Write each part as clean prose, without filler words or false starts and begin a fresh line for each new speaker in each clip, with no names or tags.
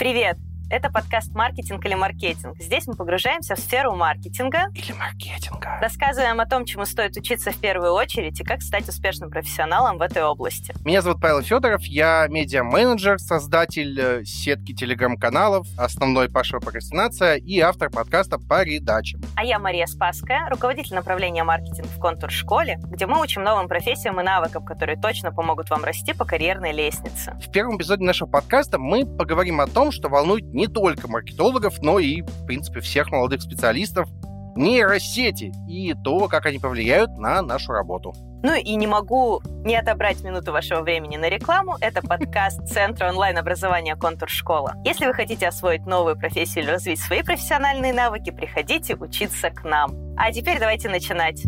Привет! Это подкаст «Маркетинг или маркетинг». Здесь мы погружаемся в сферу маркетинга
или маркетинга.
Рассказываем о том, чему стоит учиться в первую очередь и как стать успешным профессионалом в этой области.
Меня зовут Павел Федоров, я медиа-менеджер, создатель сетки телеграм-каналов, основной Паша прокрастинация и автор подкаста «По редачам».
А я Мария Спасская, руководитель направления маркетинг в Контур-школе, где мы учим новым профессиям и навыкам, которые точно помогут вам расти по карьерной лестнице.
В первом эпизоде нашего подкаста мы поговорим о том, что волнует не только маркетологов, но и, в принципе, всех молодых специалистов, нейросети и то, как они повлияют на нашу работу.
Ну и не могу не отобрать минуту вашего времени на рекламу. Это подкаст Центра онлайн-образования «Контур-школа». Если вы хотите освоить новую профессию или развить свои профессиональные навыки, приходите учиться к нам. А теперь давайте начинать.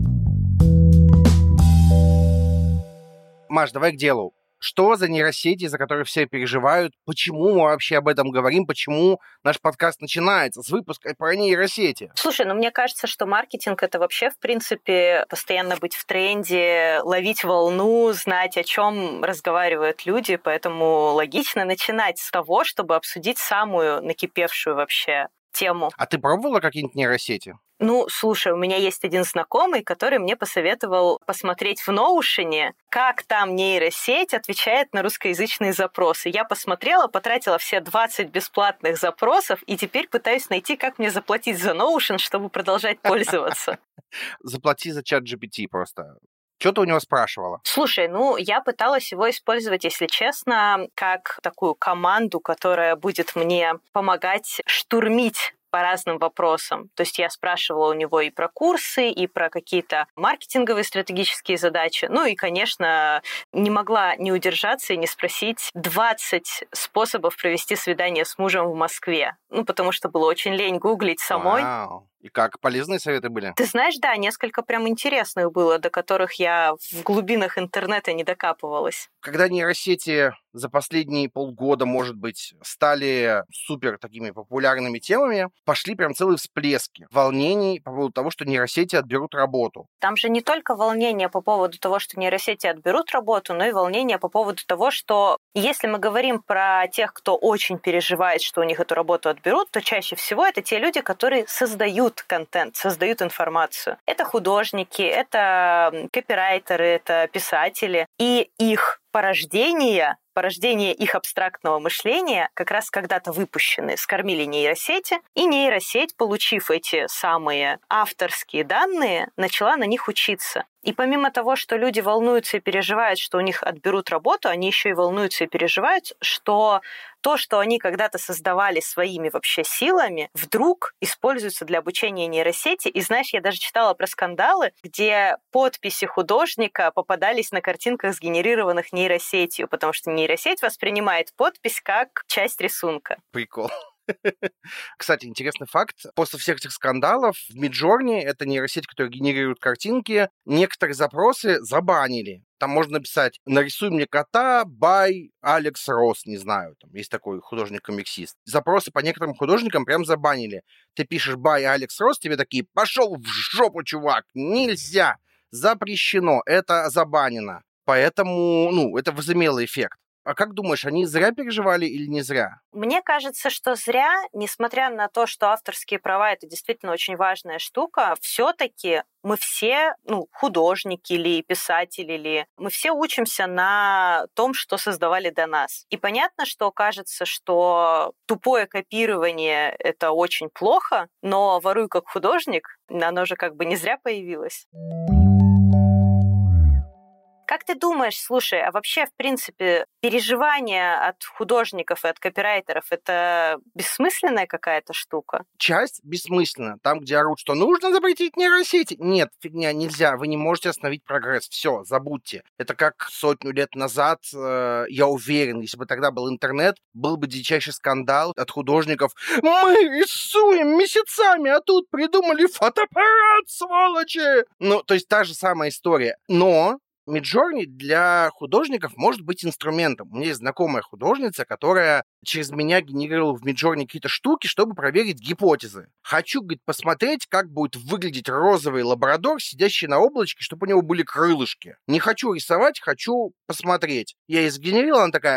Маш, давай к делу. Что за нейросети, за которые все переживают? Почему мы вообще об этом говорим? Почему наш подкаст начинается с выпуска про нейросети?
Слушай, мне кажется, что маркетинг — это вообще, в принципе, постоянно быть в тренде, ловить волну, знать, о чем разговаривают люди, поэтому логично начинать с того, чтобы обсудить самую накипевшую вообще тему.
А ты пробовала какие-нибудь нейросети?
Слушай, у меня есть один знакомый, который мне посоветовал посмотреть в Notion, как там нейросеть отвечает на русскоязычные запросы. Я посмотрела, потратила все 20 бесплатных запросов, и теперь пытаюсь найти, как мне заплатить за Notion, чтобы продолжать пользоваться.
Заплати за чат GPT просто. Что ты у него спрашивала?
Слушай, я пыталась его использовать, если честно, как такую команду, которая будет мне помогать штурмить по разным вопросам. То есть я спрашивала у него и про курсы, и про какие-то маркетинговые стратегические задачи. И, конечно, не могла не удержаться и не спросить 20 способов провести свидание с мужем в Москве. Потому что было очень лень гуглить самой.
Вау. И как, полезные советы были?
Ты знаешь, да, несколько прям интересных было, до которых я в глубинах интернета не докапывалась.
Когда нейросети за последние полгода, может быть, стали супер такими популярными темами, пошли прям целые всплески волнений по поводу того, что нейросети отберут работу.
Там же не только волнение по поводу того, что нейросети отберут работу, но и волнение по поводу того, что если мы говорим про тех, кто очень переживает, что у них эту работу отберут, то чаще всего это те люди, которые создают контент, создают информацию. Это художники, это копирайтеры, это писатели. И их порождение их абстрактного мышления как раз когда-то выпущены, скормили нейросети, и нейросеть, получив эти самые авторские данные, начала на них учиться. И помимо того, что люди волнуются и переживают, что у них отберут работу, они еще и волнуются и переживают, что то, что они когда-то создавали своими вообще силами, вдруг используется для обучения нейросети. И знаешь, я даже читала про скандалы, где подписи художника попадались на картинках, сгенерированных нейросетью, потому что нейросеть воспринимает подпись как часть рисунка.
Прикол. Кстати, интересный факт. После всех этих скандалов в Midjourney, это нейросеть, которая генерирует картинки, некоторые запросы забанили. Там можно написать «Нарисуй мне кота by Алекс Росс», не знаю, там есть такой художник-комиксист. Запросы по некоторым художникам прям забанили. Ты пишешь by Алекс Росс, тебе такие «Пошел в жопу, чувак, нельзя, запрещено, это забанено». Поэтому, это возымело эффект. А как думаешь, они зря переживали или не зря?
Мне кажется, что зря, несмотря на то, что авторские права — это действительно очень важная штука, все-таки мы все, художники или писатели, или мы все учимся на том, что создавали до нас. И понятно, что кажется, что тупое копирование — это очень плохо, но «воруй как художник», оно же как бы не зря появилось. Как ты думаешь, слушай, а вообще, в принципе, переживание от художников и от копирайтеров — это бессмысленная какая-то штука?
Часть бессмысленна. Там, где орут, что нужно запретить нейросети. Нет, фигня, нельзя. Вы не можете остановить прогресс. Все, забудьте. Это как 100 лет назад, я уверен, если бы тогда был интернет, был бы дичайший скандал от художников. Мы рисуем месяцами, а тут придумали фотоаппарат, сволочи! То есть та же самая история. Но Midjourney для художников может быть инструментом. У меня есть знакомая художница, которая через меня генерировала в Midjourney какие-то штуки, чтобы проверить гипотезы. Хочу, говорит, посмотреть, как будет выглядеть розовый лабрадор, сидящий на облачке, чтобы у него были крылышки. Не хочу рисовать, хочу посмотреть. Я ей сгенерировала, она такая: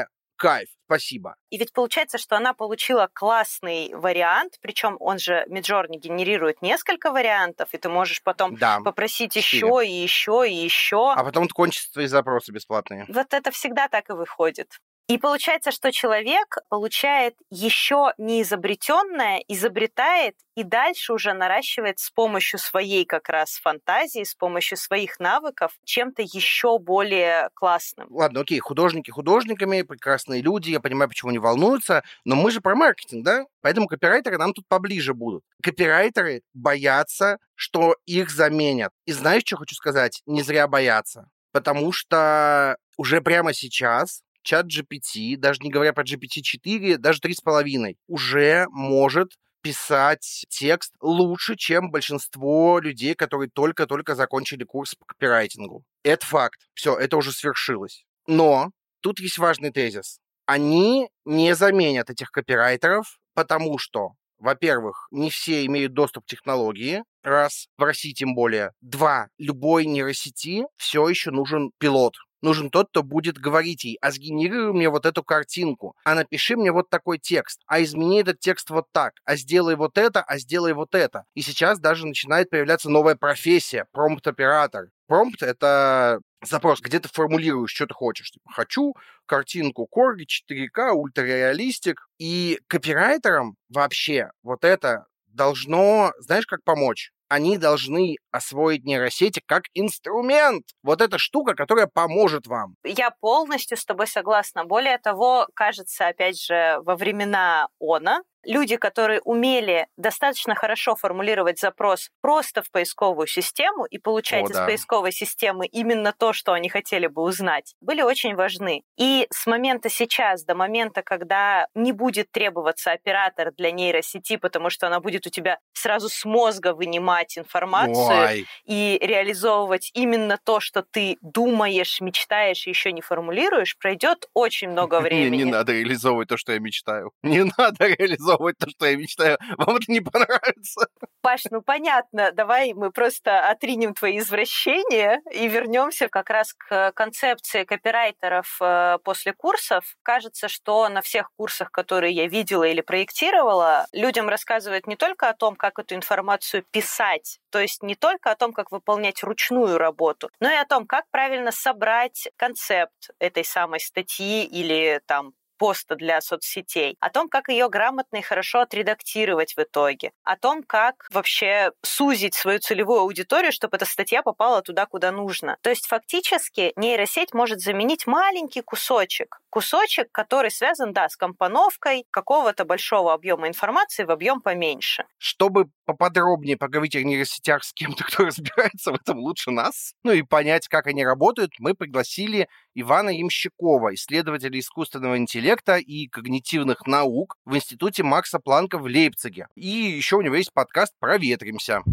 кайф, спасибо.
И ведь получается, что она получила классный вариант, причем он же Midjourney генерирует несколько вариантов, и ты можешь потом попросить
4.
еще и еще и еще.
А потом кончатся твои запросы бесплатные.
Вот это всегда так и выходит. И получается, что человек получает еще неизобретенное, изобретает и дальше уже наращивает с помощью своей как раз фантазии, с помощью своих навыков чем-то еще более классным.
Ладно, окей, художники художниками, прекрасные люди, я понимаю, почему они волнуются, но мы же про маркетинг, да? Поэтому копирайтеры нам тут поближе будут. Копирайтеры боятся, что их заменят. И знаешь, что хочу сказать? Не зря боятся. Потому что уже прямо сейчас ChatGPT, даже не говоря про GPT-4, даже 3,5, уже может писать текст лучше, чем большинство людей, которые только-только закончили курс по копирайтингу. Это факт. Все, это уже свершилось. Но тут есть важный тезис. Они не заменят этих копирайтеров, потому что, во-первых, не все имеют доступ к технологии, раз, в России тем более. 2, любой нейросети все еще нужен пилот. Нужен тот, кто будет говорить ей: а сгенерируй мне вот эту картинку, а напиши мне вот такой текст, а измени этот текст вот так, а сделай вот это, а сделай вот это. И сейчас даже начинает появляться новая профессия — промпт-оператор. Промпт — это запрос, где ты формулируешь, что ты хочешь. Типа, хочу картинку Корги, 4К, ультрареалистик. И копирайтерам вообще вот это должно, знаешь, как помочь? Они должны освоить нейросети как инструмент. Вот эта штука, которая поможет вам.
Я полностью с тобой согласна. Более того, кажется, опять же, во времена ОНА люди, которые умели достаточно хорошо формулировать запрос просто в поисковую систему и получать из поисковой системы именно то, что они хотели бы узнать, были очень важны. И с момента сейчас до момента, когда не будет требоваться оператор для нейросети, потому что она будет у тебя сразу с мозга вынимать информацию и реализовывать именно то, что ты думаешь, мечтаешь и еще не формулируешь, пройдет очень много времени.
Не надо реализовывать то, что я мечтаю. Не надо реализовывать то, что я мечтаю. Вам это не понравится.
Паш, ну понятно, давай мы просто отринем твои извращения и вернемся как раз к концепции копирайтеров после курсов. Кажется, что на всех курсах, которые я видела или проектировала, людям рассказывают не только о том, как эту информацию писать, то есть не только о том, как выполнять ручную работу, но и о том, как правильно собрать концепт этой самой статьи или там поста для соцсетей, о том, как ее грамотно и хорошо отредактировать в итоге, о том, как вообще сузить свою целевую аудиторию, чтобы эта статья попала туда, куда нужно. То есть фактически нейросеть может заменить маленький кусочек, который связан, с компоновкой какого-то большого объема информации в объем поменьше.
Чтобы поподробнее поговорить о нейросетях с кем-то, кто разбирается в этом лучше нас, и понять, как они работают, мы пригласили Ивана Ямщикова, исследователя искусственного интеллекта и когнитивных наук в Институте Макса Планка в Лейпциге. И еще у него есть подкаст «Проветримся».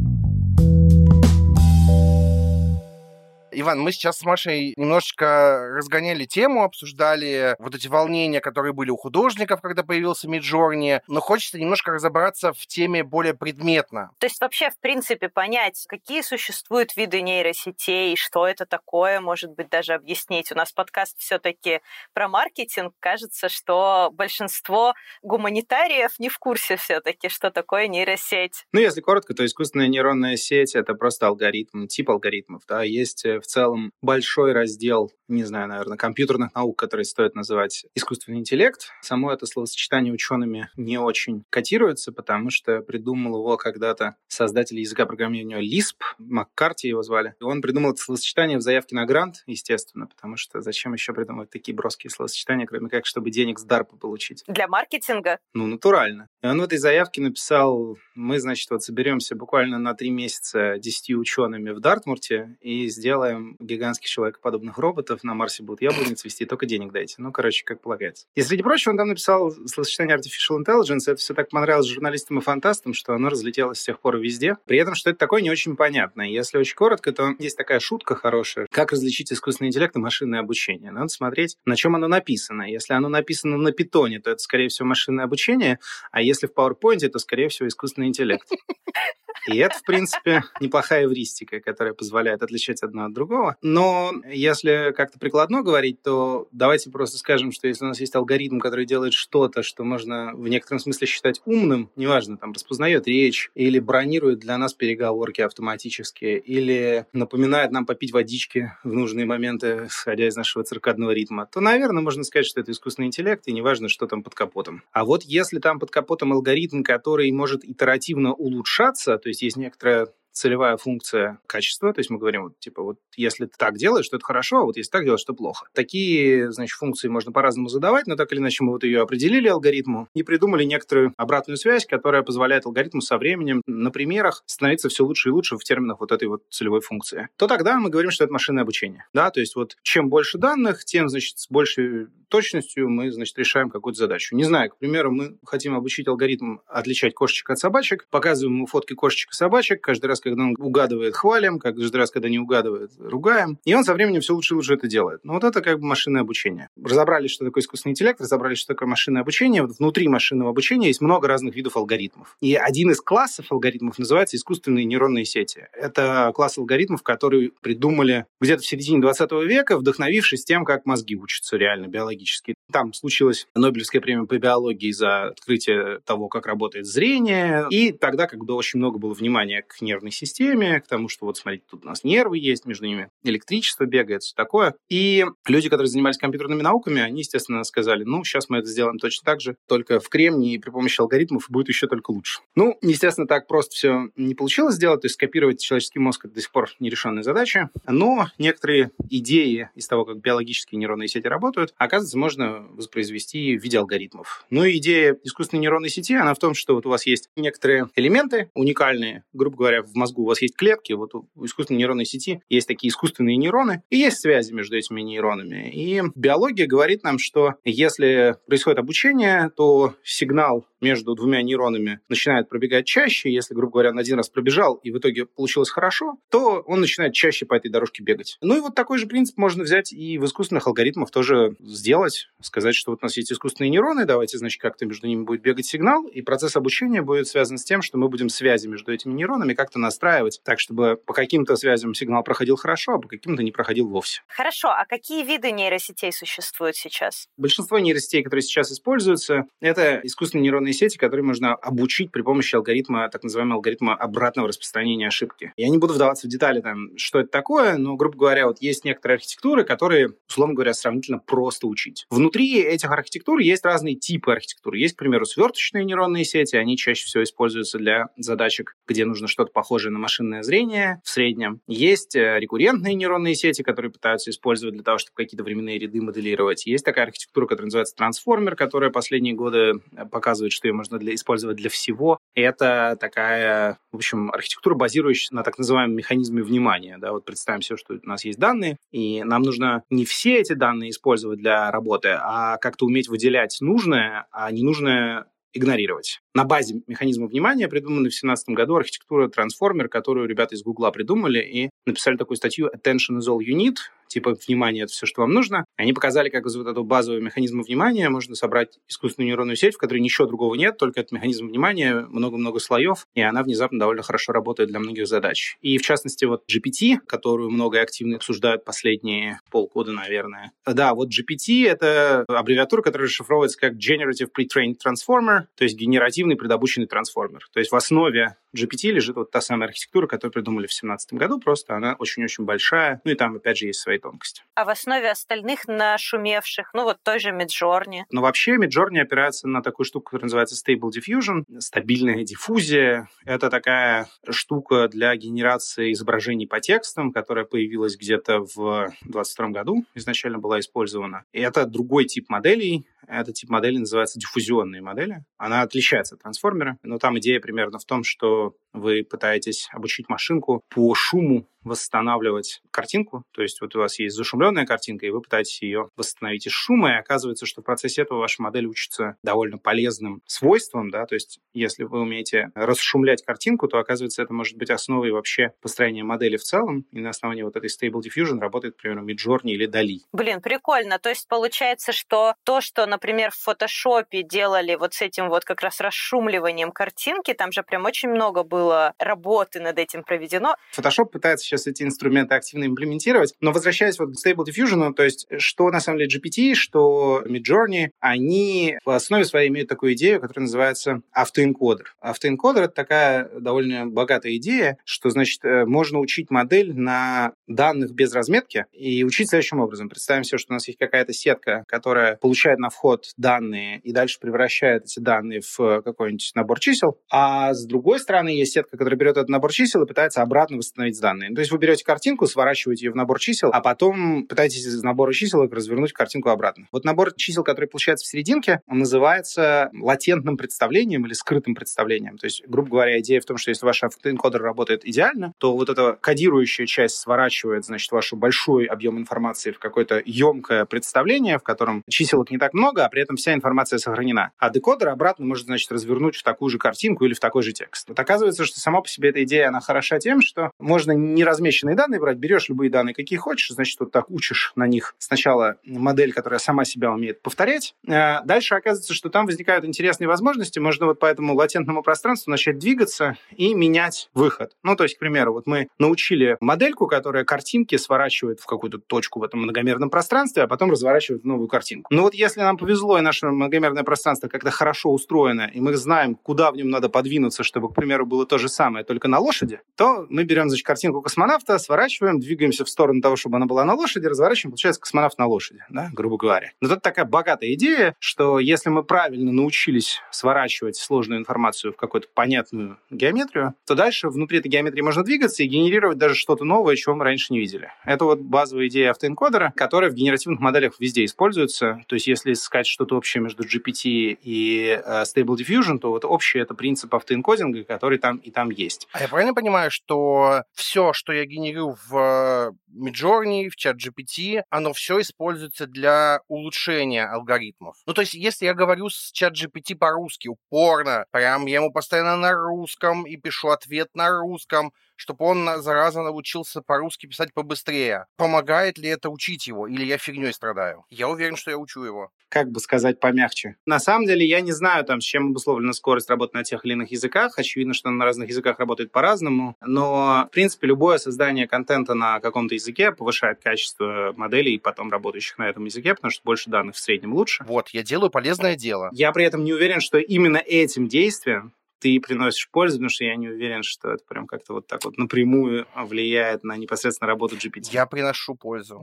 Иван, мы сейчас с Машей немножечко разгоняли тему, обсуждали вот эти волнения, которые были у художников, когда появился Midjourney, но хочется немножко разобраться в теме более предметно.
То есть вообще, в принципе, понять, какие существуют виды нейросетей, что это такое, может быть, даже объяснить. У нас подкаст все-таки про маркетинг. Кажется, что большинство гуманитариев не в курсе все-таки, что такое нейросеть.
Если коротко, то искусственная нейронная сеть — это просто алгоритм, тип алгоритмов. Есть в целом большой раздел, не знаю, наверное, компьютерных наук, которые стоит называть искусственный интеллект. Само это словосочетание учеными не очень котируется, потому что придумал его когда-то создатель языка программирования Lisp, Маккарти его звали. И он придумал это словосочетание в заявке на грант, естественно, потому что зачем еще придумывать такие броские словосочетания, кроме как, чтобы денег с DARPA получить?
Для маркетинга?
Натурально. И он в этой заявке написал: мы, соберемся буквально на 3 месяца 10 учеными в Дартмурте и сделаем гигантских человекоподобных роботов, на Марсе будут яблони цвести, только денег дайте. Как полагается. И, среди прочего, он там написал словосочетание Artificial Intelligence. Это все так понравилось журналистам и фантастам, что оно разлетелось с тех пор везде. При этом, что это такое, не очень понятно. Если очень коротко, то есть такая шутка хорошая. Как различить искусственный интеллект и машинное обучение? Надо смотреть, на чем оно написано. Если оно написано на питоне, то это, скорее всего, машинное обучение, а если в PowerPoint, то, скорее всего, искусственный интеллект. И это, в принципе, неплохая эвристика, которая позволяет отличать одно от другого. Но если как-то прикладно говорить, то давайте просто скажем, что если у нас есть алгоритм, который делает что-то, что можно в некотором смысле считать умным, неважно, там, распознает речь или бронирует для нас переговорки автоматически, или напоминает нам попить водички в нужные моменты, исходя из нашего циркадного ритма, то, наверное, можно сказать, что это искусственный интеллект, и неважно, что там под капотом. А вот если там под капотом алгоритм, который может итеративно улучшаться, то есть некоторая целевая функция качества, то есть мы говорим, вот, типа, вот если ты так делаешь, то это хорошо, а вот если так делаешь, то плохо. Такие, значит, функции можно по-разному задавать, но так или иначе мы вот ее определили алгоритму и придумали некоторую обратную связь, которая позволяет алгоритму со временем на примерах становиться все лучше и лучше в терминах вот этой вот целевой функции. То тогда мы говорим, что это машинное обучение. Да, то есть вот чем больше данных, тем, значит, с большей точностью мы, значит, решаем какую-то задачу. Не знаю, к примеру, мы хотим обучить алгоритм отличать кошечек от собачек, показываем ему фотки кошечек и собачек, каждый раз, когда он угадывает, хвалим, каждый раз, когда не угадывает, ругаем, и он со временем все лучше и лучше это делает. Но вот это как бы машинное обучение. Разобрались, что такое искусственный интеллект, разобрались, что такое машинное обучение. Вот внутри машинного обучения есть много разных видов алгоритмов. И один из классов алгоритмов называется искусственные нейронные сети. Это класс алгоритмов, которые придумали где-то в середине 20 века, вдохновившись тем, как мозги учатся реально биологически. Там случилась Нобелевская премия по биологии за открытие того, как работает зрение. И тогда, когда очень много было внимания к нервной системе, к тому, что вот, смотрите, тут у нас нервы есть, между ними электричество бегает, все такое. И люди, которые занимались компьютерными науками, они, естественно, сказали, ну, сейчас мы это сделаем точно так же, только в кремнии и при помощи алгоритмов будет еще только лучше. Ну, естественно, так просто все не получилось сделать, то есть скопировать человеческий мозг — это до сих пор нерешенная задача, но некоторые идеи из того, как биологические нейронные сети работают, оказывается, можно воспроизвести в виде алгоритмов. Ну, и идея искусственной нейронной сети, она в том, что вот у вас есть некоторые элементы уникальные, грубо говоря, в мозгу у вас есть клетки, вот у искусственной нейронной сети есть такие искусственные нейроны, и есть связи между этими нейронами. И биология говорит нам, что если происходит обучение, то сигнал между двумя нейронами начинает пробегать чаще. Если, грубо говоря, он один раз пробежал, и в итоге получилось хорошо, то он начинает чаще по этой дорожке бегать. Ну и вот такой же принцип можно взять и в искусственных алгоритмах тоже сделать. Сказать, что вот у нас есть искусственные нейроны, давайте, значит, как-то между ними будет бегать сигнал, и процесс обучения будет связан с тем, что мы будем связи между этими нейронами как-то настраивать так, чтобы по каким-то связям сигнал проходил хорошо, а по каким-то не проходил вовсе.
Хорошо, а какие виды нейросетей существуют сейчас?
Большинство нейросетей, которые сейчас используются, это искусственные нейронные сети, которые можно обучить при помощи алгоритма, так называемого алгоритма обратного распространения ошибки. Я не буду вдаваться в детали, там, что это такое, но, грубо говоря, вот есть некоторые архитектуры, которые, условно говоря, сравнительно просто учить. Внутри этих архитектур есть разные типы архитектур. Есть, к примеру, сверточные нейронные сети, они чаще всего используются для задачек, где нужно что-то похожее на машинное зрение в среднем. Есть рекуррентные нейронные сети, которые пытаются использовать для того, чтобы какие-то временные ряды моделировать. Есть такая архитектура, которая называется трансформер, которая последние годы показывает, что ее можно использовать для всего. Это такая, в общем, архитектура, базирующаяся на так называемом механизме внимания. Да, вот представим себе, что у нас есть данные, и нам нужно не все эти данные использовать для работы, а как-то уметь выделять нужное, а ненужное игнорировать. На базе механизма внимания придумана в 2017 году архитектура трансформер, которую ребята из Гугла придумали и написали такую статью «Attention is all you need», типа «Внимание — это все, что вам нужно». Они показали, как из вот этого базового механизма внимания можно собрать искусственную нейронную сеть, в которой ничего другого нет, только этот механизм внимания, много-много слоев, и она внезапно довольно хорошо работает для многих задач. И, в частности, вот GPT, которую много и активно обсуждают последние полгода, наверное. Да, вот GPT — это аббревиатура, которая расшифровывается как Generative Pre-trained Transformer, то есть генеративный предобученный трансформер. То есть в основе GPT лежит вот та самая архитектура, которую придумали в 2017 году, просто она очень-очень большая, ну и там, опять же, есть свои тонкости.
А в основе остальных нашумевших, ну вот той же Midjourney?
Но вообще Midjourney опирается на такую штуку, которая называется Stable Diffusion, стабильная диффузия. Это такая штука для генерации изображений по текстам, которая появилась где-то в 2022 году, изначально была использована. И это другой тип моделей. Этот тип моделей называется диффузионные модели. Она отличается от трансформера, но там идея примерно в том, что вы пытаетесь обучить машинку по шуму восстанавливать картинку. То есть вот у вас есть зашумленная картинка, и вы пытаетесь ее восстановить из шума, и оказывается, что в процессе этого ваша модель учится довольно полезным свойствам, да, то есть если вы умеете расшумлять картинку, то, оказывается, это может быть основой вообще построения модели в целом, и на основании вот этой Stable Diffusion работает, например, Midjourney или DALL-E.
Блин, прикольно. То есть получается, что то, что, например, в фотошопе делали вот с этим вот как раз расшумливанием картинки, там же прям очень много было работы над этим проведено.
Photoshop пытается сейчас эти инструменты активно имплементировать. Но возвращаясь вот к Stable Diffusion, то есть что на самом деле GPT, что Midjourney, они в основе своей имеют такую идею, которая называется автоэнкодер. Автоэнкодер — это такая довольно богатая идея, что, значит, можно учить модель на данных без разметки и учить следующим образом. Представим себе, что у нас есть какая-то сетка, которая получает на вход данные и дальше превращает эти данные в какой-нибудь набор чисел, а с другой стороны есть сетка, которая берет этот набор чисел и пытается обратно восстановить данные. То есть вы берете картинку, сворачиваете ее в набор чисел, а потом пытаетесь из набора чисел развернуть картинку обратно. Вот набор чисел, который получается в серединке, он называется латентным представлением или скрытым представлением. То есть, грубо говоря, идея в том, что если ваш автоэнкодер работает идеально, то вот эта кодирующая часть сворачивает, значит, ваш большой объем информации в какое-то емкое представление, в котором чиселок не так много, а при этом вся информация сохранена. А декодер обратно может, значит, развернуть в такую же картинку или в такой же текст. Вот оказывается, что сама по себе эта идея, она хороша тем, что можно неразмеченные данные брать, берешь любые данные, какие хочешь, значит, вот так учишь на них сначала модель, которая сама себя умеет повторять. Дальше оказывается, что там возникают интересные возможности. Можно вот по этому латентному пространству начать двигаться и менять выход. Ну, то есть, к примеру, вот мы научили модельку, которая картинки сворачивает в какую-то точку в этом многомерном пространстве, а потом разворачивает в новую картинку. Но вот если нам повезло, и наше многомерное пространство как-то хорошо устроено, и мы знаем, куда в нем надо подвинуться, чтобы, к примеру, было то же самое, только на лошади, то мы берем, значит, картинку космонавта, сворачиваем, двигаемся в сторону того, чтобы она была на лошади, разворачиваем, получается космонавт на лошади, да, грубо говоря. Но тут такая богатая идея, что если мы правильно научились сворачивать сложную информацию в какую-то понятную геометрию, то дальше внутри этой геометрии можно двигаться и генерировать даже что-то новое, чего мы раньше не видели. Это вот базовая идея автоэнкодера, которая в генеративных моделях везде используется. То есть если искать что-то общее между GPT и Stable Diffusion, то вот общий это принцип автоэнкодинга, который там и там есть.
А я правильно понимаю, что все, что я генерирую в Midjourney, в ChatGPT, оно все используется для улучшения алгоритмов? Ну, то есть, если я говорю с ChatGPT по-русски упорно, прям я ему постоянно на русском и пишу ответ на русском, чтобы он, зараза, научился по-русски писать побыстрее. Помогает ли это учить его? Или я фигней страдаю? Я уверен, что я учу его.
Как бы сказать помягче. На самом деле, я не знаю, там, с чем обусловлена скорость работы на тех или иных языках. Очевидно, что на разных языках работает по-разному. Но, в принципе, любое создание контента на каком-то языке повышает качество моделей, потом работающих на этом языке, потому что больше данных в среднем лучше.
Вот, я делаю полезное дело.
Я при этом не уверен, что именно этим действием ты приносишь пользу, потому что я не уверен, что это прям как-то вот так вот напрямую влияет на непосредственно работу GPT.
Я приношу пользу.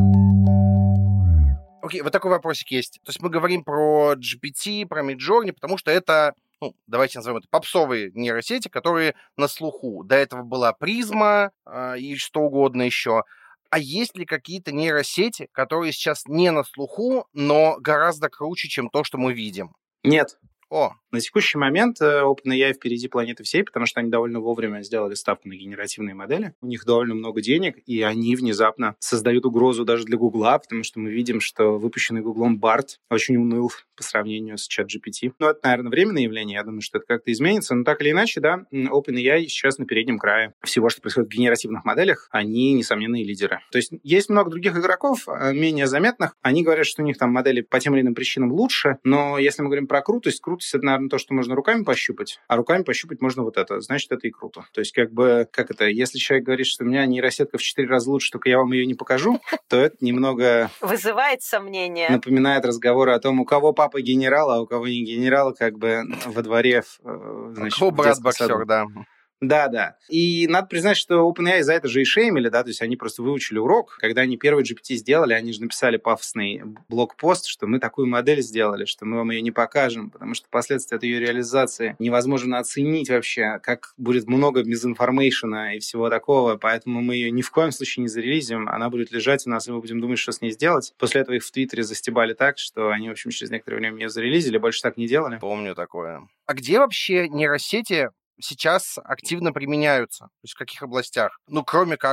Окей, вот такой вопросик есть. То есть мы говорим про GPT, про Midjourney, потому что это, ну, давайте назовем это попсовые нейросети, которые на слуху. До этого была Призма и что угодно еще. А есть ли какие-то нейросети, которые сейчас не на слуху, но гораздо круче, чем то, что мы видим?
Нет.
О.
На текущий момент OpenAI впереди планеты всей, потому что они довольно вовремя сделали ставку на генеративные модели. У них довольно много денег, и они внезапно создают угрозу даже для Гугла, потому что мы видим, что выпущенный Гуглом Bard очень уныл по сравнению с ChatGPT. Но это, наверное, временное явление. Я думаю, что это как-то изменится. Но так или иначе, да, OpenAI сейчас на переднем крае всего, что происходит в генеративных моделях. Они несомненные лидеры. То есть есть много других игроков, менее заметных. Они говорят, что у них там модели по тем или иным причинам лучше. Но если мы говорим про крутость это, наверное, то, что можно руками пощупать, а руками пощупать можно вот это. Значит, это и круто. То есть, как бы, как это, если человек говорит, что у меня нейросетка в 4 раза лучше, только я вам ее не покажу, то это немного...
Вызывает сомнения.
Напоминает разговоры о том, у кого папа генерал, а у кого не генерал, как бы во дворе, значит,
у кого брат боксер, да.
Да. И надо признать, что OpenAI за это же и шеймили, да, то есть они просто выучили урок. Когда они первый GPT сделали, они же написали пафосный блогпост, что мы такую модель сделали, что мы вам ее не покажем, потому что последствия от ее реализации невозможно оценить вообще, как будет много мизинформейшена и всего такого, поэтому мы ее ни в коем случае не зарелизим, она будет лежать у нас, и мы будем думать, что с ней сделать. После этого их в Твиттере застебали так, что они, в общем, через некоторое время ее зарелизили, больше так не делали.
Помню такое. А где вообще нейросети сейчас активно применяются? То есть в каких областях? Ну, кроме как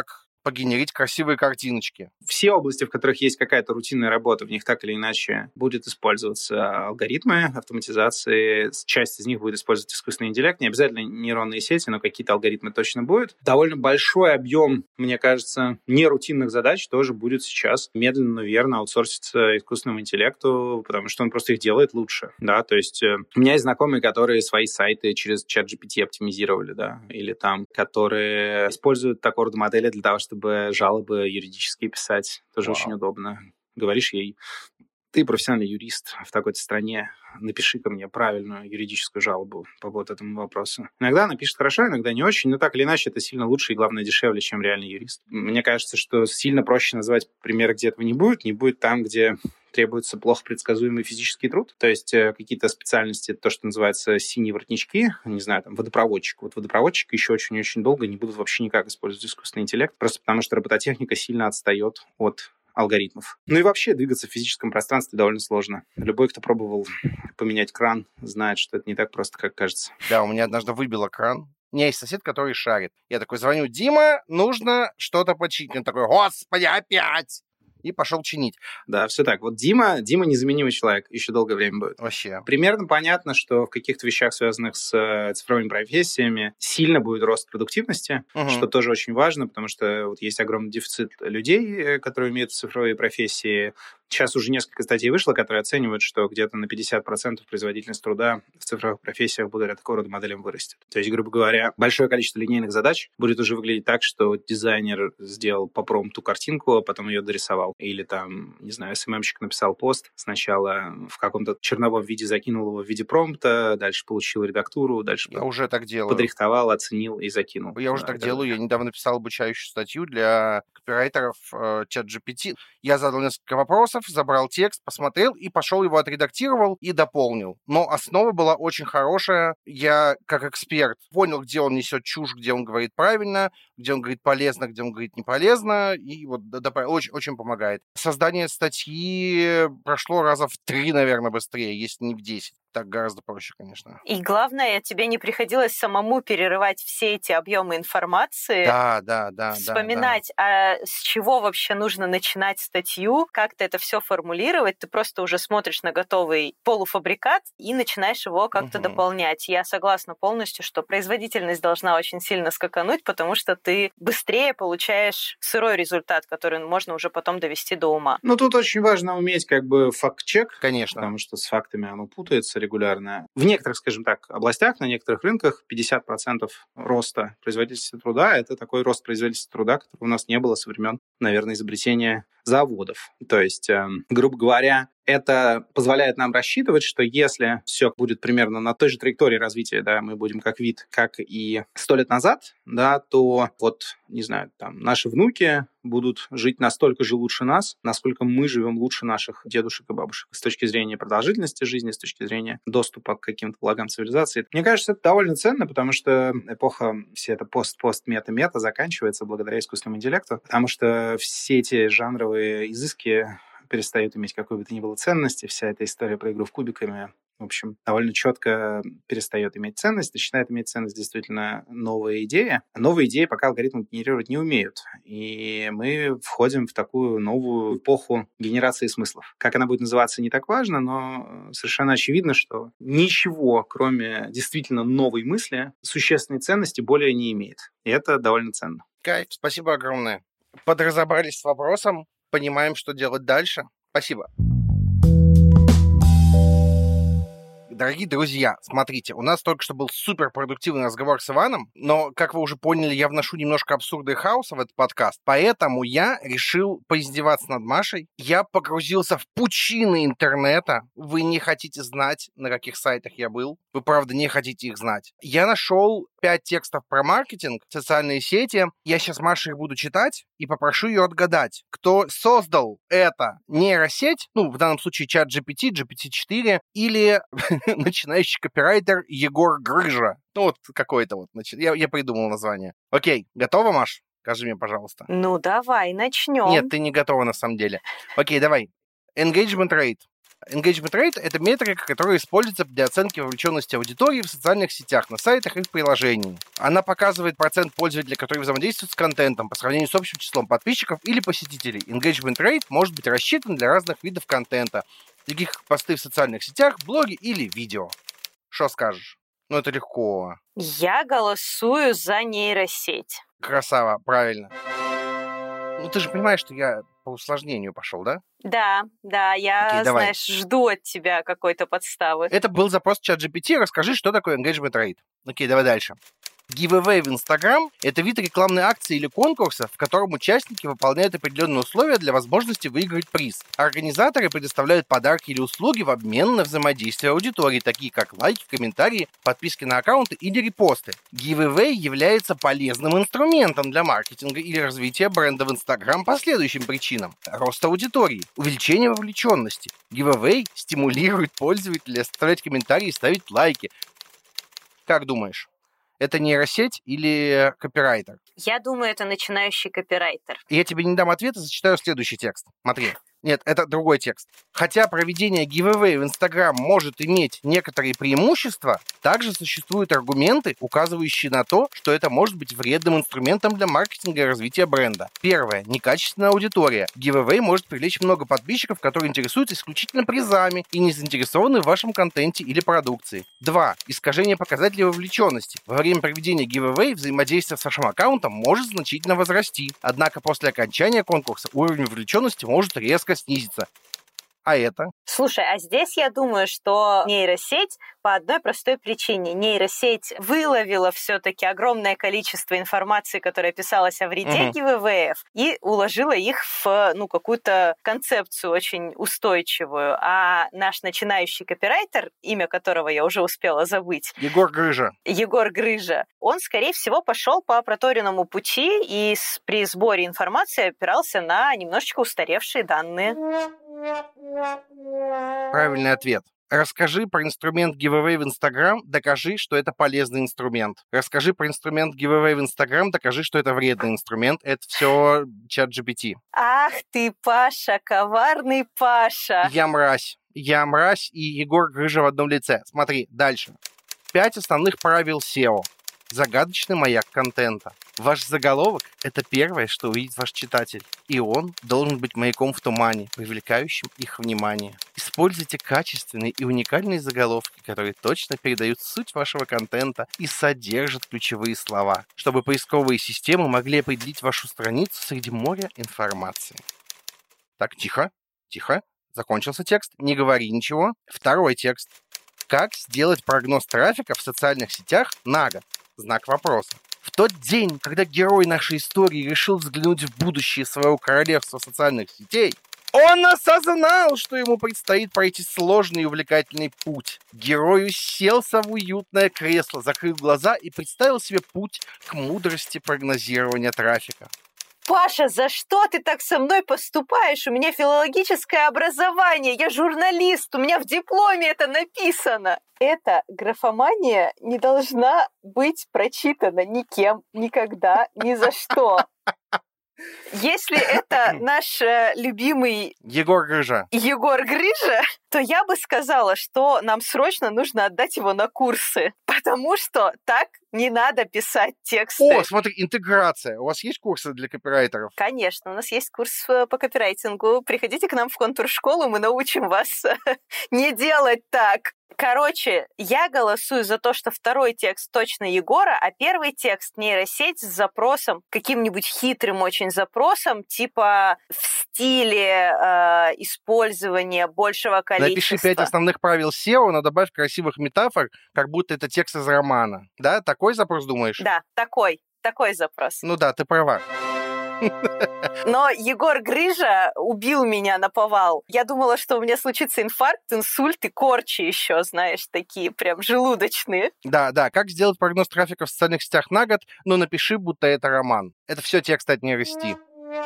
погенерить красивые картиночки.
Все области, в которых есть какая-то рутинная работа, в них так или иначе будет использоваться алгоритмы автоматизации. Часть из них будет использовать искусственный интеллект. Не обязательно нейронные сети, но какие-то алгоритмы точно будут. Довольно большой объем, мне кажется, нерутинных задач тоже будет сейчас медленно, но верно аутсорситься искусственному интеллекту, потому что он просто их делает лучше. Да? То есть у меня есть знакомые, которые свои сайты через ChatGPT оптимизировали, да, или там, которые используют такого рода модели для того, чтобы жалобы юридические писать. Тоже очень удобно. Говоришь ей: ты профессиональный юрист в такой-то стране, напиши-ка мне правильную юридическую жалобу по вот этому вопросу. Иногда она пишет хорошо, иногда не очень, но так или иначе это сильно лучше и, главное, дешевле, чем реальный юрист. Мне кажется, что сильно проще назвать примеры, где этого не будет там, где требуется плохо предсказуемый физический труд, то есть какие-то специальности, то, что называется синие воротнички, не знаю, там, водопроводчик. Вот водопроводчик еще очень-очень долго не будут вообще никак использовать искусственный интеллект, просто потому что робототехника сильно отстает от алгоритмов. Ну и вообще двигаться в физическом пространстве довольно сложно. Любой, кто пробовал поменять кран, знает, что это не так просто, как кажется.
Да, у меня однажды выбило кран. У меня есть сосед, который шарит. Я такой звоню: Дима, нужно что-то починить. Он такой: господи, опять! И пошел чинить.
Да, все так. Вот Дима незаменимый человек, еще долгое время будет.
Вообще.
Примерно понятно, что в каких-то вещах, связанных с цифровыми профессиями, сильно будет рост продуктивности, что тоже очень важно, потому что вот есть огромный дефицит людей, которые умеют цифровые профессии. Сейчас уже несколько статей вышло, которые оценивают, что где-то на 50% производительность труда в цифровых профессиях благодаря такого рода моделям вырастет. То есть, грубо говоря, большое количество линейных задач будет уже выглядеть так, что дизайнер сделал по промпту картинку, а потом ее дорисовал. Или там, не знаю, СММщик написал пост, сначала в каком-то черновом виде закинул его в виде промпта, дальше получил редактуру, дальше
я уже так делаю.
Подрихтовал, оценил и закинул.
Я уже так делаю. Я недавно написал обучающую статью для копирайтеров ChatGPT. Я задал несколько вопросов, забрал текст, посмотрел и пошел его отредактировал и дополнил. Но основа была очень хорошая. Я, как эксперт, понял, где он несет чушь, где он говорит правильно, где он говорит полезно, где он говорит не полезно. И вот очень, очень помогает. Создание статьи прошло раза в 3, наверное, быстрее, если не в 10. Так гораздо проще, конечно.
И главное, тебе не приходилось самому перерывать все эти объемы информации.
Да.
Вспоминать, а с чего вообще нужно начинать статью, как-то это все формулировать. Ты просто уже смотришь на готовый полуфабрикат и начинаешь его как-то дополнять. Я согласна полностью, что производительность должна очень сильно скакануть, потому что ты быстрее получаешь сырой результат, который можно уже потом довести до ума.
Ну, тут очень важно уметь как бы факт-чек.
Конечно.
Потому что с фактами оно путается регулярно. В некоторых, скажем так, областях, на некоторых рынках 50% роста производительности труда – это такой рост производительности труда, которого у нас не было со времен, наверное, изобретения заводов. То есть, грубо говоря, это позволяет нам рассчитывать, что если все будет примерно на той же траектории развития, да, мы будем как вид, как и 100 лет назад, да, то вот, не знаю, там, наши внуки будут жить настолько же лучше нас, насколько мы живем лучше наших дедушек и бабушек с точки зрения продолжительности жизни, с точки зрения доступа к каким-то благам цивилизации. Мне кажется, это довольно ценно, потому что эпоха, все это пост-мета-мета заканчивается благодаря искусственному интеллекту, потому что все эти жанровые изыски перестают иметь какой бы то ни было ценности. Вся эта история про игру в кубиками, в общем, довольно четко перестает иметь ценность, начинает иметь ценность действительно новая идея. Новые идеи пока алгоритмы генерировать не умеют. И мы входим в такую новую эпоху генерации смыслов. Как она будет называться, не так важно, но совершенно очевидно, что ничего, кроме действительно новой мысли, существенной ценности более не имеет. И это довольно ценно.
Кайф, спасибо огромное. Подразобрались с вопросом, понимаем, что делать дальше. Спасибо. Дорогие друзья, смотрите, у нас только что был суперпродуктивный разговор с Иваном, но, как вы уже поняли, я вношу немножко абсурда и хаоса в этот подкаст, поэтому я решил поиздеваться над Машей. Я погрузился в пучины интернета. Вы не хотите знать, на каких сайтах я был. Вы, правда, не хотите их знать. Я нашел 5 текстов про маркетинг, социальные сети. Я сейчас Маше их буду читать и попрошу ее отгадать, кто создал это нейросеть, ну, в данном случае ChatGPT, GPT-4, или начинающий копирайтер Егор Грыжа. Ну, вот какой-то вот. Я придумал название. Окей, готова, Маш? Скажи мне, пожалуйста.
Ну, давай, начнем.
Нет, ты не готова на самом деле. Окей, давай. Engagement rate. Engagement rate — это метрика, которая используется для оценки вовлеченности аудитории в социальных сетях, на сайтах и в приложении. Она показывает процент пользователей, которые взаимодействуют с контентом по сравнению с общим числом подписчиков или посетителей. Engagement rate может быть рассчитан для разных видов контента, таких как посты в социальных сетях, блоги или видео. Что скажешь? Ну, это легко.
Я голосую за нейросеть.
Красава, правильно. Ну, ты же понимаешь, что я по усложнению пошел, да?
Да, я,
Окей, давай.
знаешь, жду от тебя какой-то подставы.
Это был запрос в ChatGPT. Расскажи, что такое engagement rate. Окей, давай дальше. Giveaway в Instagram — это вид рекламной акции или конкурса, в котором участники выполняют определенные условия для возможности выиграть приз. Организаторы предоставляют подарки или услуги в обмен на взаимодействие аудитории, такие как лайки, комментарии, подписки на аккаунты или репосты. Giveaway является полезным инструментом для маркетинга или развития бренда в Instagram по следующим причинам. Рост аудитории, увеличение вовлеченности. Giveaway стимулирует пользователей оставлять комментарии и ставить лайки. Как думаешь? Это нейросеть или копирайтер?
Я думаю, это начинающий копирайтер.
Я тебе не дам ответа, зачитаю следующий текст. Смотри. Нет, это другой текст. Хотя проведение giveaway в Instagram может иметь некоторые преимущества, также существуют аргументы, указывающие на то, что это может быть вредным инструментом для маркетинга и развития бренда. Первое. Некачественная аудитория. Giveaway может привлечь много подписчиков, которые интересуются исключительно призами и не заинтересованы в вашем контенте или продукции. 2. Искажение показателей вовлеченности. Во время проведения giveaway взаимодействие с вашим аккаунтом может значительно возрасти. Однако после окончания конкурса уровень вовлеченности может резко снизится. А это?
Слушай, а здесь я думаю, что нейросеть по одной простой причине. Нейросеть выловила все-таки огромное количество информации, которая писалась о вреде гивэвэев, и уложила их в какую-то концепцию очень устойчивую. А наш начинающий копирайтер, имя которого я уже успела забыть,
Егор Грыжа,
он, скорее всего, пошел по проторенному пути и при сборе информации опирался на немножечко устаревшие данные.
Правильный ответ. Расскажи про инструмент giveaway в Instagram, докажи, что это полезный инструмент. Расскажи про инструмент giveaway в Instagram, докажи, что это вредный инструмент. Это все ChatGPT.
Ах ты, Паша, коварный Паша.
Я мразь и Егор Грыжа в одном лице. Смотри, дальше. 5 основных правил SEO. Загадочный маяк контента. Ваш заголовок — это первое, что увидит ваш читатель. И он должен быть маяком в тумане, привлекающим их внимание. Используйте качественные и уникальные заголовки, которые точно передают суть вашего контента и содержат ключевые слова, чтобы поисковые системы могли определить вашу страницу среди моря информации. Так, тихо. Закончился текст. Не говори ничего. Второй текст. Как сделать прогноз трафика в социальных сетях на год? Знак вопроса. В тот день, когда герой нашей истории решил взглянуть в будущее своего королевства социальных сетей, он осознал, что ему предстоит пройти сложный и увлекательный путь. Герой уселся в уютное кресло, закрыл глаза и представил себе путь к мудрости прогнозирования трафика.
Паша, за что ты так со мной поступаешь? У меня филологическое образование, я журналист, у меня в дипломе это написано. Эта графомания не должна быть прочитана никем, никогда, ни за что. Если это наш любимый
Егор Грыжа,
то я бы сказала, что нам срочно нужно отдать его на курсы, потому что так не надо писать тексты.
О, смотри, интеграция. У вас есть курсы для копирайтеров?
Конечно, у нас есть курс по копирайтингу. Приходите к нам в контур-школу, мы научим вас не делать так. Короче, я голосую за то, что второй текст точно Егора, а первый текст нейросеть с запросом, каким-нибудь хитрым очень запросом, типа в стиле использования большего количества.
Напиши 5 основных правил SEO, но добавь красивых метафор, как будто это текст из романа. Да? Такой запрос думаешь?
Да, такой запрос.
Ну да, ты права.
Но Егор Грыжа убил меня наповал. Я думала, что у меня случится инфаркт, инсульт и корчи еще, знаешь, такие прям желудочные.
Да. Как сделать прогноз трафика в социальных сетях на год? Но напиши, будто это роман. Это все текст от нейросети.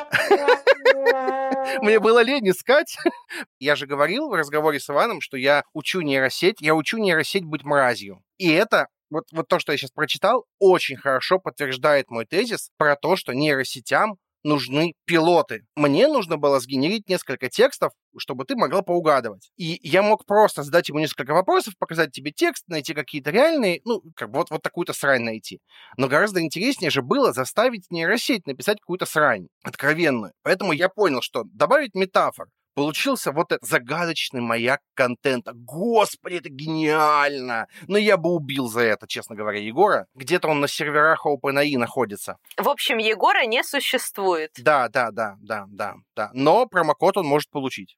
Мне было лень искать. Я же говорил в разговоре с Иваном, что я учу нейросеть быть мразью. И это вот то, что я сейчас прочитал, очень хорошо подтверждает мой тезис про то, что нейросетям нужны пилоты. Мне нужно было сгенерить несколько текстов, чтобы ты могла поугадывать. И я мог просто задать ему несколько вопросов, показать тебе текст, найти какие-то реальные, вот такую-то срань найти. Но гораздо интереснее же было заставить нейросеть написать какую-то срань, откровенную. Поэтому я понял, что добавить метафор. Получился вот этот загадочный маяк контента. Господи, это гениально! Но я бы убил за это, честно говоря, Егора. Где-то он на серверах OpenAI находится.
В общем, Егора не существует.
Да. Но промокод он может получить.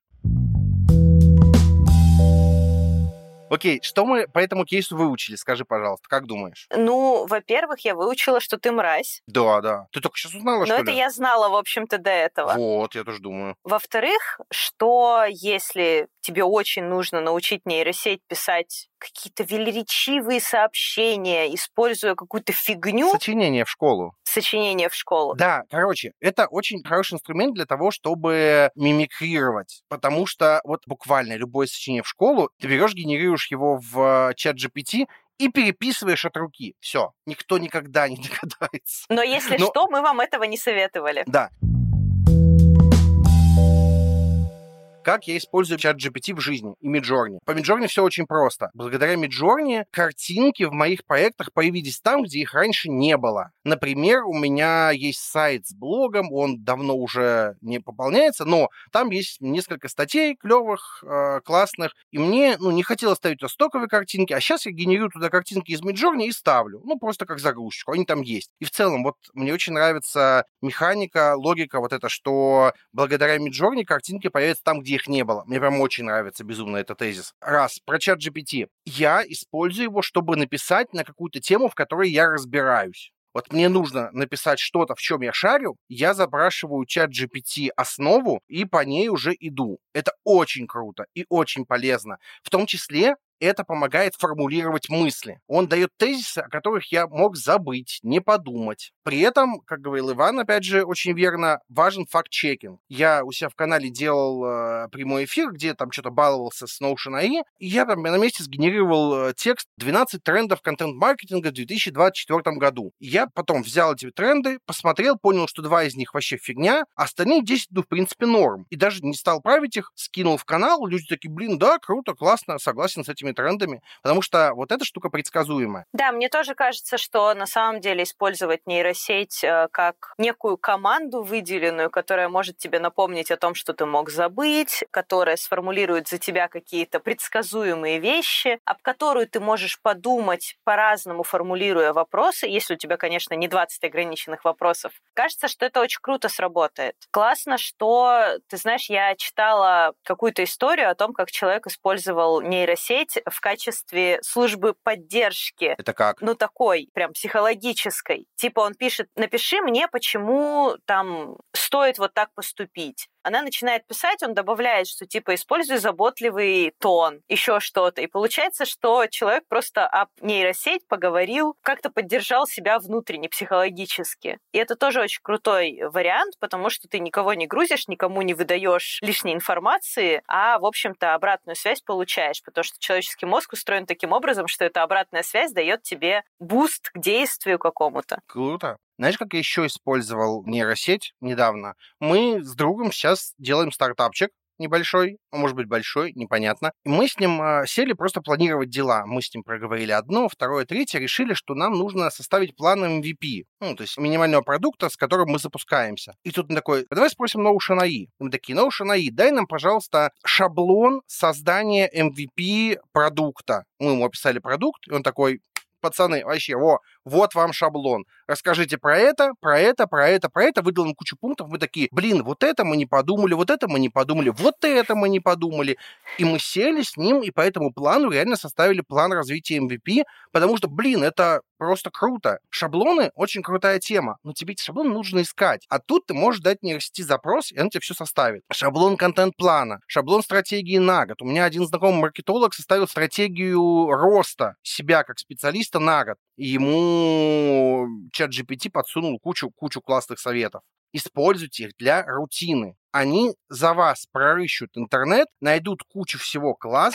Окей, что мы по этому кейсу выучили? Скажи, пожалуйста, как думаешь?
Во-первых, я выучила, что ты мразь.
Да. Ты только сейчас узнала, что ли?
Но это я знала, в общем-то, до этого.
Вот, я тоже думаю.
Во-вторых, что если тебе очень нужно научить нейросеть писать какие-то велеречивые сообщения, используя какую-то фигню...
Сочинение в школу.
Да,
это очень хороший инструмент для того, чтобы мимикрировать. Потому что вот буквально любое сочинение в школу, ты берешь, генерируешь его в чат GPT и переписываешь от руки. Все. Никто никогда не догадается.
Но если что, мы вам этого не советовали.
Да. Как я использую чат GPT в жизни и Midjourney? По Midjourney все очень просто. Благодаря Midjourney картинки в моих проектах появились там, где их раньше не было. Например, у меня есть сайт с блогом, он давно уже не пополняется, но там есть несколько статей клевых, классных, и мне не хотелось ставить туда стоковые картинки, а сейчас я генерирую туда картинки из Midjourney и ставлю. Просто как загрузочку, они там есть. И в целом, вот мне очень нравится механика, логика вот эта, что благодаря Midjourney картинки появятся там, где их не было. Мне прям очень нравится безумно этот тезис. Про чат GPT. Я использую его, чтобы написать на какую-то тему, в которой я разбираюсь. Вот мне нужно написать что-то, в чем я шарю, я запрашиваю чат GPT основу и по ней уже иду. Это очень круто и очень полезно. В том числе это помогает формулировать мысли. Он дает тезисы, о которых я мог забыть, не подумать. При этом, как говорил Иван, опять же, очень верно, важен факт-чекинг. Я у себя в канале делал прямой эфир, где там что-то баловался с Notion AI, и я там на месте сгенерировал текст «12 трендов контент-маркетинга в 2024 году». И я потом взял эти тренды, посмотрел, понял, что 2 из них вообще фигня, а остальные 10, в принципе, норм. И даже не стал править их, скинул в канал, люди такие, да, круто, классно, согласен с этими трендами, потому что вот эта штука предсказуемая.
Да, мне тоже кажется, что на самом деле использовать нейросеть как некую команду выделенную, которая может тебе напомнить о том, что ты мог забыть, которая сформулирует за тебя какие-то предсказуемые вещи, об которую ты можешь подумать по-разному, формулируя вопросы, если у тебя, конечно, не 20 ограниченных вопросов. Кажется, что это очень круто сработает. Классно, что, ты знаешь, я читала какую-то историю о том, как человек использовал нейросеть в качестве службы поддержки.
Это как?
Такой, прям психологической. Типа он пишет, напиши мне, почему там стоит вот так поступить. Она начинает писать, он добавляет, что типа используй заботливый тон, еще что-то. И получается, что человек просто об нейросеть поговорил, как-то поддержал себя внутренне, психологически. И это тоже очень крутой вариант, потому что ты никого не грузишь, никому не выдаешь лишней информации, а, в общем-то, обратную связь получаешь, потому что человеческий мозг устроен таким образом, что эта обратная связь дает тебе буст к действию какому-то.
Круто. Знаешь, как я еще использовал нейросеть недавно? Мы с другом сейчас делаем стартапчик небольшой, а может быть большой, непонятно. И мы с ним сели просто планировать дела. Мы с ним проговорили одно, второе, третье, решили, что нам нужно составить план MVP, то есть минимального продукта, с которым мы запускаемся. И тут он такой, давай спросим Notion AI. Мы такие, Notion AI, дай нам, пожалуйста, шаблон создания MVP продукта. Мы ему описали продукт, и он такой, пацаны, вообще, вот вам шаблон. Расскажите про это, выдал им кучу пунктов. Мы такие, вот это мы не подумали, вот это мы не подумали, вот это мы не подумали. И мы сели с ним, и по этому плану реально составили план развития MVP, потому что, это просто круто. Шаблоны — очень крутая тема, но тебе эти шаблоны нужно искать. А тут ты можешь дать нейросети запрос, и он тебе все составит. Шаблон контент-плана, шаблон стратегии на год. У меня один знакомый маркетолог составил стратегию роста себя как специалиста на год. И ему чат GPT подсунул кучу классных советов. Используйте их для рутины. Они за вас прорыщут интернет, найдут кучу всего классного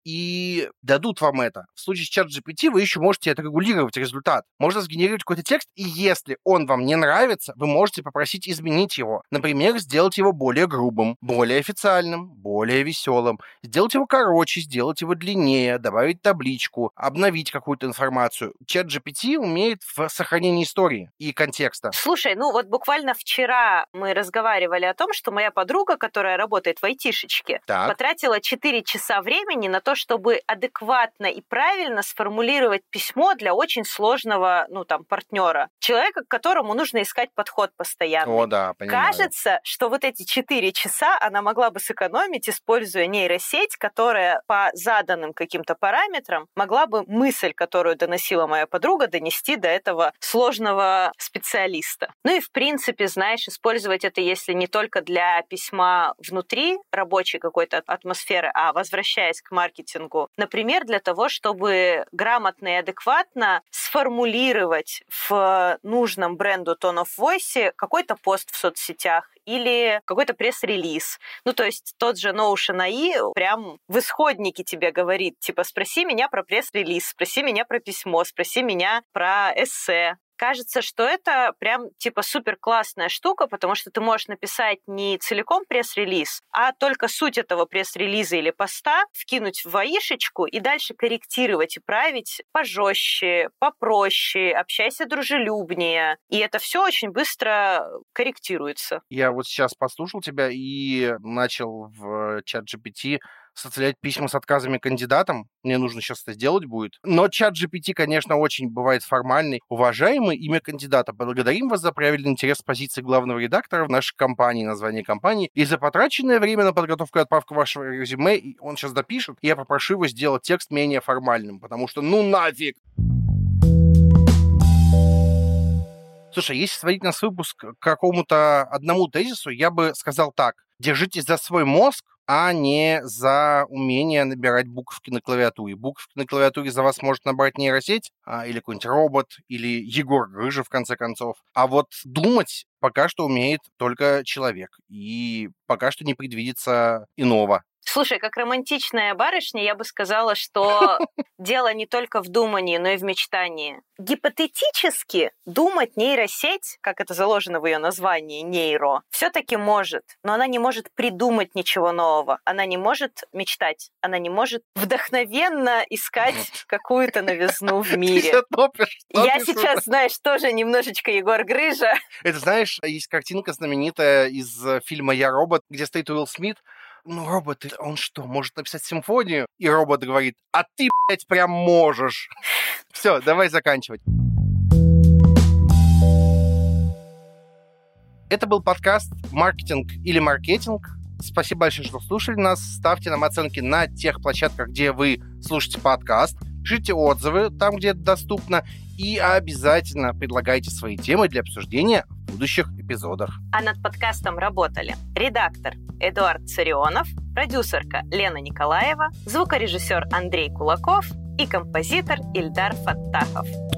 и дадут вам это. В случае с ChatGPT вы еще можете отрегулировать результат. Можно сгенерировать какой-то текст, и если он вам не нравится, вы можете попросить изменить его. Например, сделать его более грубым, более официальным, более веселым, сделать его короче, сделать его длиннее, добавить табличку, обновить какую-то информацию. ChatGPT умеет в сохранении истории и контекста.
Слушай, вот буквально вчера мы разговаривали о том, что моя подруга, которая работает в айтишечке, потратила 4 часа времени на то, чтобы адекватно и правильно сформулировать письмо для очень сложного, партнера. Человека, к которому нужно искать подход постоянно.
О, да, понимаю.
Кажется, что вот эти 4 часа она могла бы сэкономить, используя нейросеть, которая по заданным каким-то параметрам могла бы мысль, которую доносила моя подруга, донести до этого сложного специалиста. И в принципе, знаешь, использовать это, если не только для письма внутри рабочей какой-то атмосферы, а возвращаясь к маркетингу, например, для того, чтобы грамотно и адекватно сформулировать в нужном бренду Tone of Voice какой-то пост в соцсетях или какой-то пресс-релиз. То есть тот же Notion AI прям в исходнике тебе говорит, спроси меня про пресс-релиз, спроси меня про письмо, спроси меня про эссе. Кажется, что это прям супер классная штука, потому что ты можешь написать не целиком пресс-релиз, а только суть этого пресс-релиза или поста вкинуть в АИшечку и дальше корректировать и править пожестче, попроще, общайся дружелюбнее. И это все очень быстро корректируется.
Я вот сейчас послушал тебя и начал в ChatGPT составлять письма с отказами кандидатам. Мне нужно сейчас это сделать будет. Но ChatGPT, конечно, очень бывает формальный. Уважаемый, имя кандидата. Благодарим вас за проявленный интерес к позиции главного редактора в нашей компании, название компании, и за потраченное время на подготовку и отправку вашего резюме. И он сейчас допишет. И я попрошу его сделать текст менее формальным, потому что нафиг! Слушай, если сводить наш выпуск к какому-то одному тезису, я бы сказал так. Держитесь за свой мозг, а не за умение набирать буковки на клавиатуре. Буковки на клавиатуре за вас может набрать нейросеть, или какой-нибудь робот, или Егор Грыжа, в конце концов. А вот думать пока что умеет только человек. И пока что не предвидится иного.
Слушай, как романтичная барышня, я бы сказала, что дело не только в думании, но и в мечтании. Гипотетически думать нейросеть, как это заложено в ее названии, нейро, все-таки может, но она не может придумать ничего нового, она не может мечтать, она не может вдохновенно искать какую-то новизну в мире. Я сейчас, знаешь, тоже немножечко Егор Грыжа.
Это, знаешь, есть картинка знаменитая из фильма «Я робот», где стоит Уилл Смит. Робот, он что, может написать симфонию? И робот говорит, а ты, блядь, прям можешь. Все, давай заканчивать. Это был подкаст «Маркетинг или маркетинг». Спасибо большое, что слушали нас. Ставьте нам оценки на тех площадках, где вы слушаете подкаст. Пишите отзывы там, где это доступно. И обязательно предлагайте свои темы для обсуждения в будущих эпизодах.
А над подкастом работали редактор Эдуард Царионов, продюсерка Лена Николаева, звукорежиссер Андрей Кулаков и композитор Ильдар Фаттахов.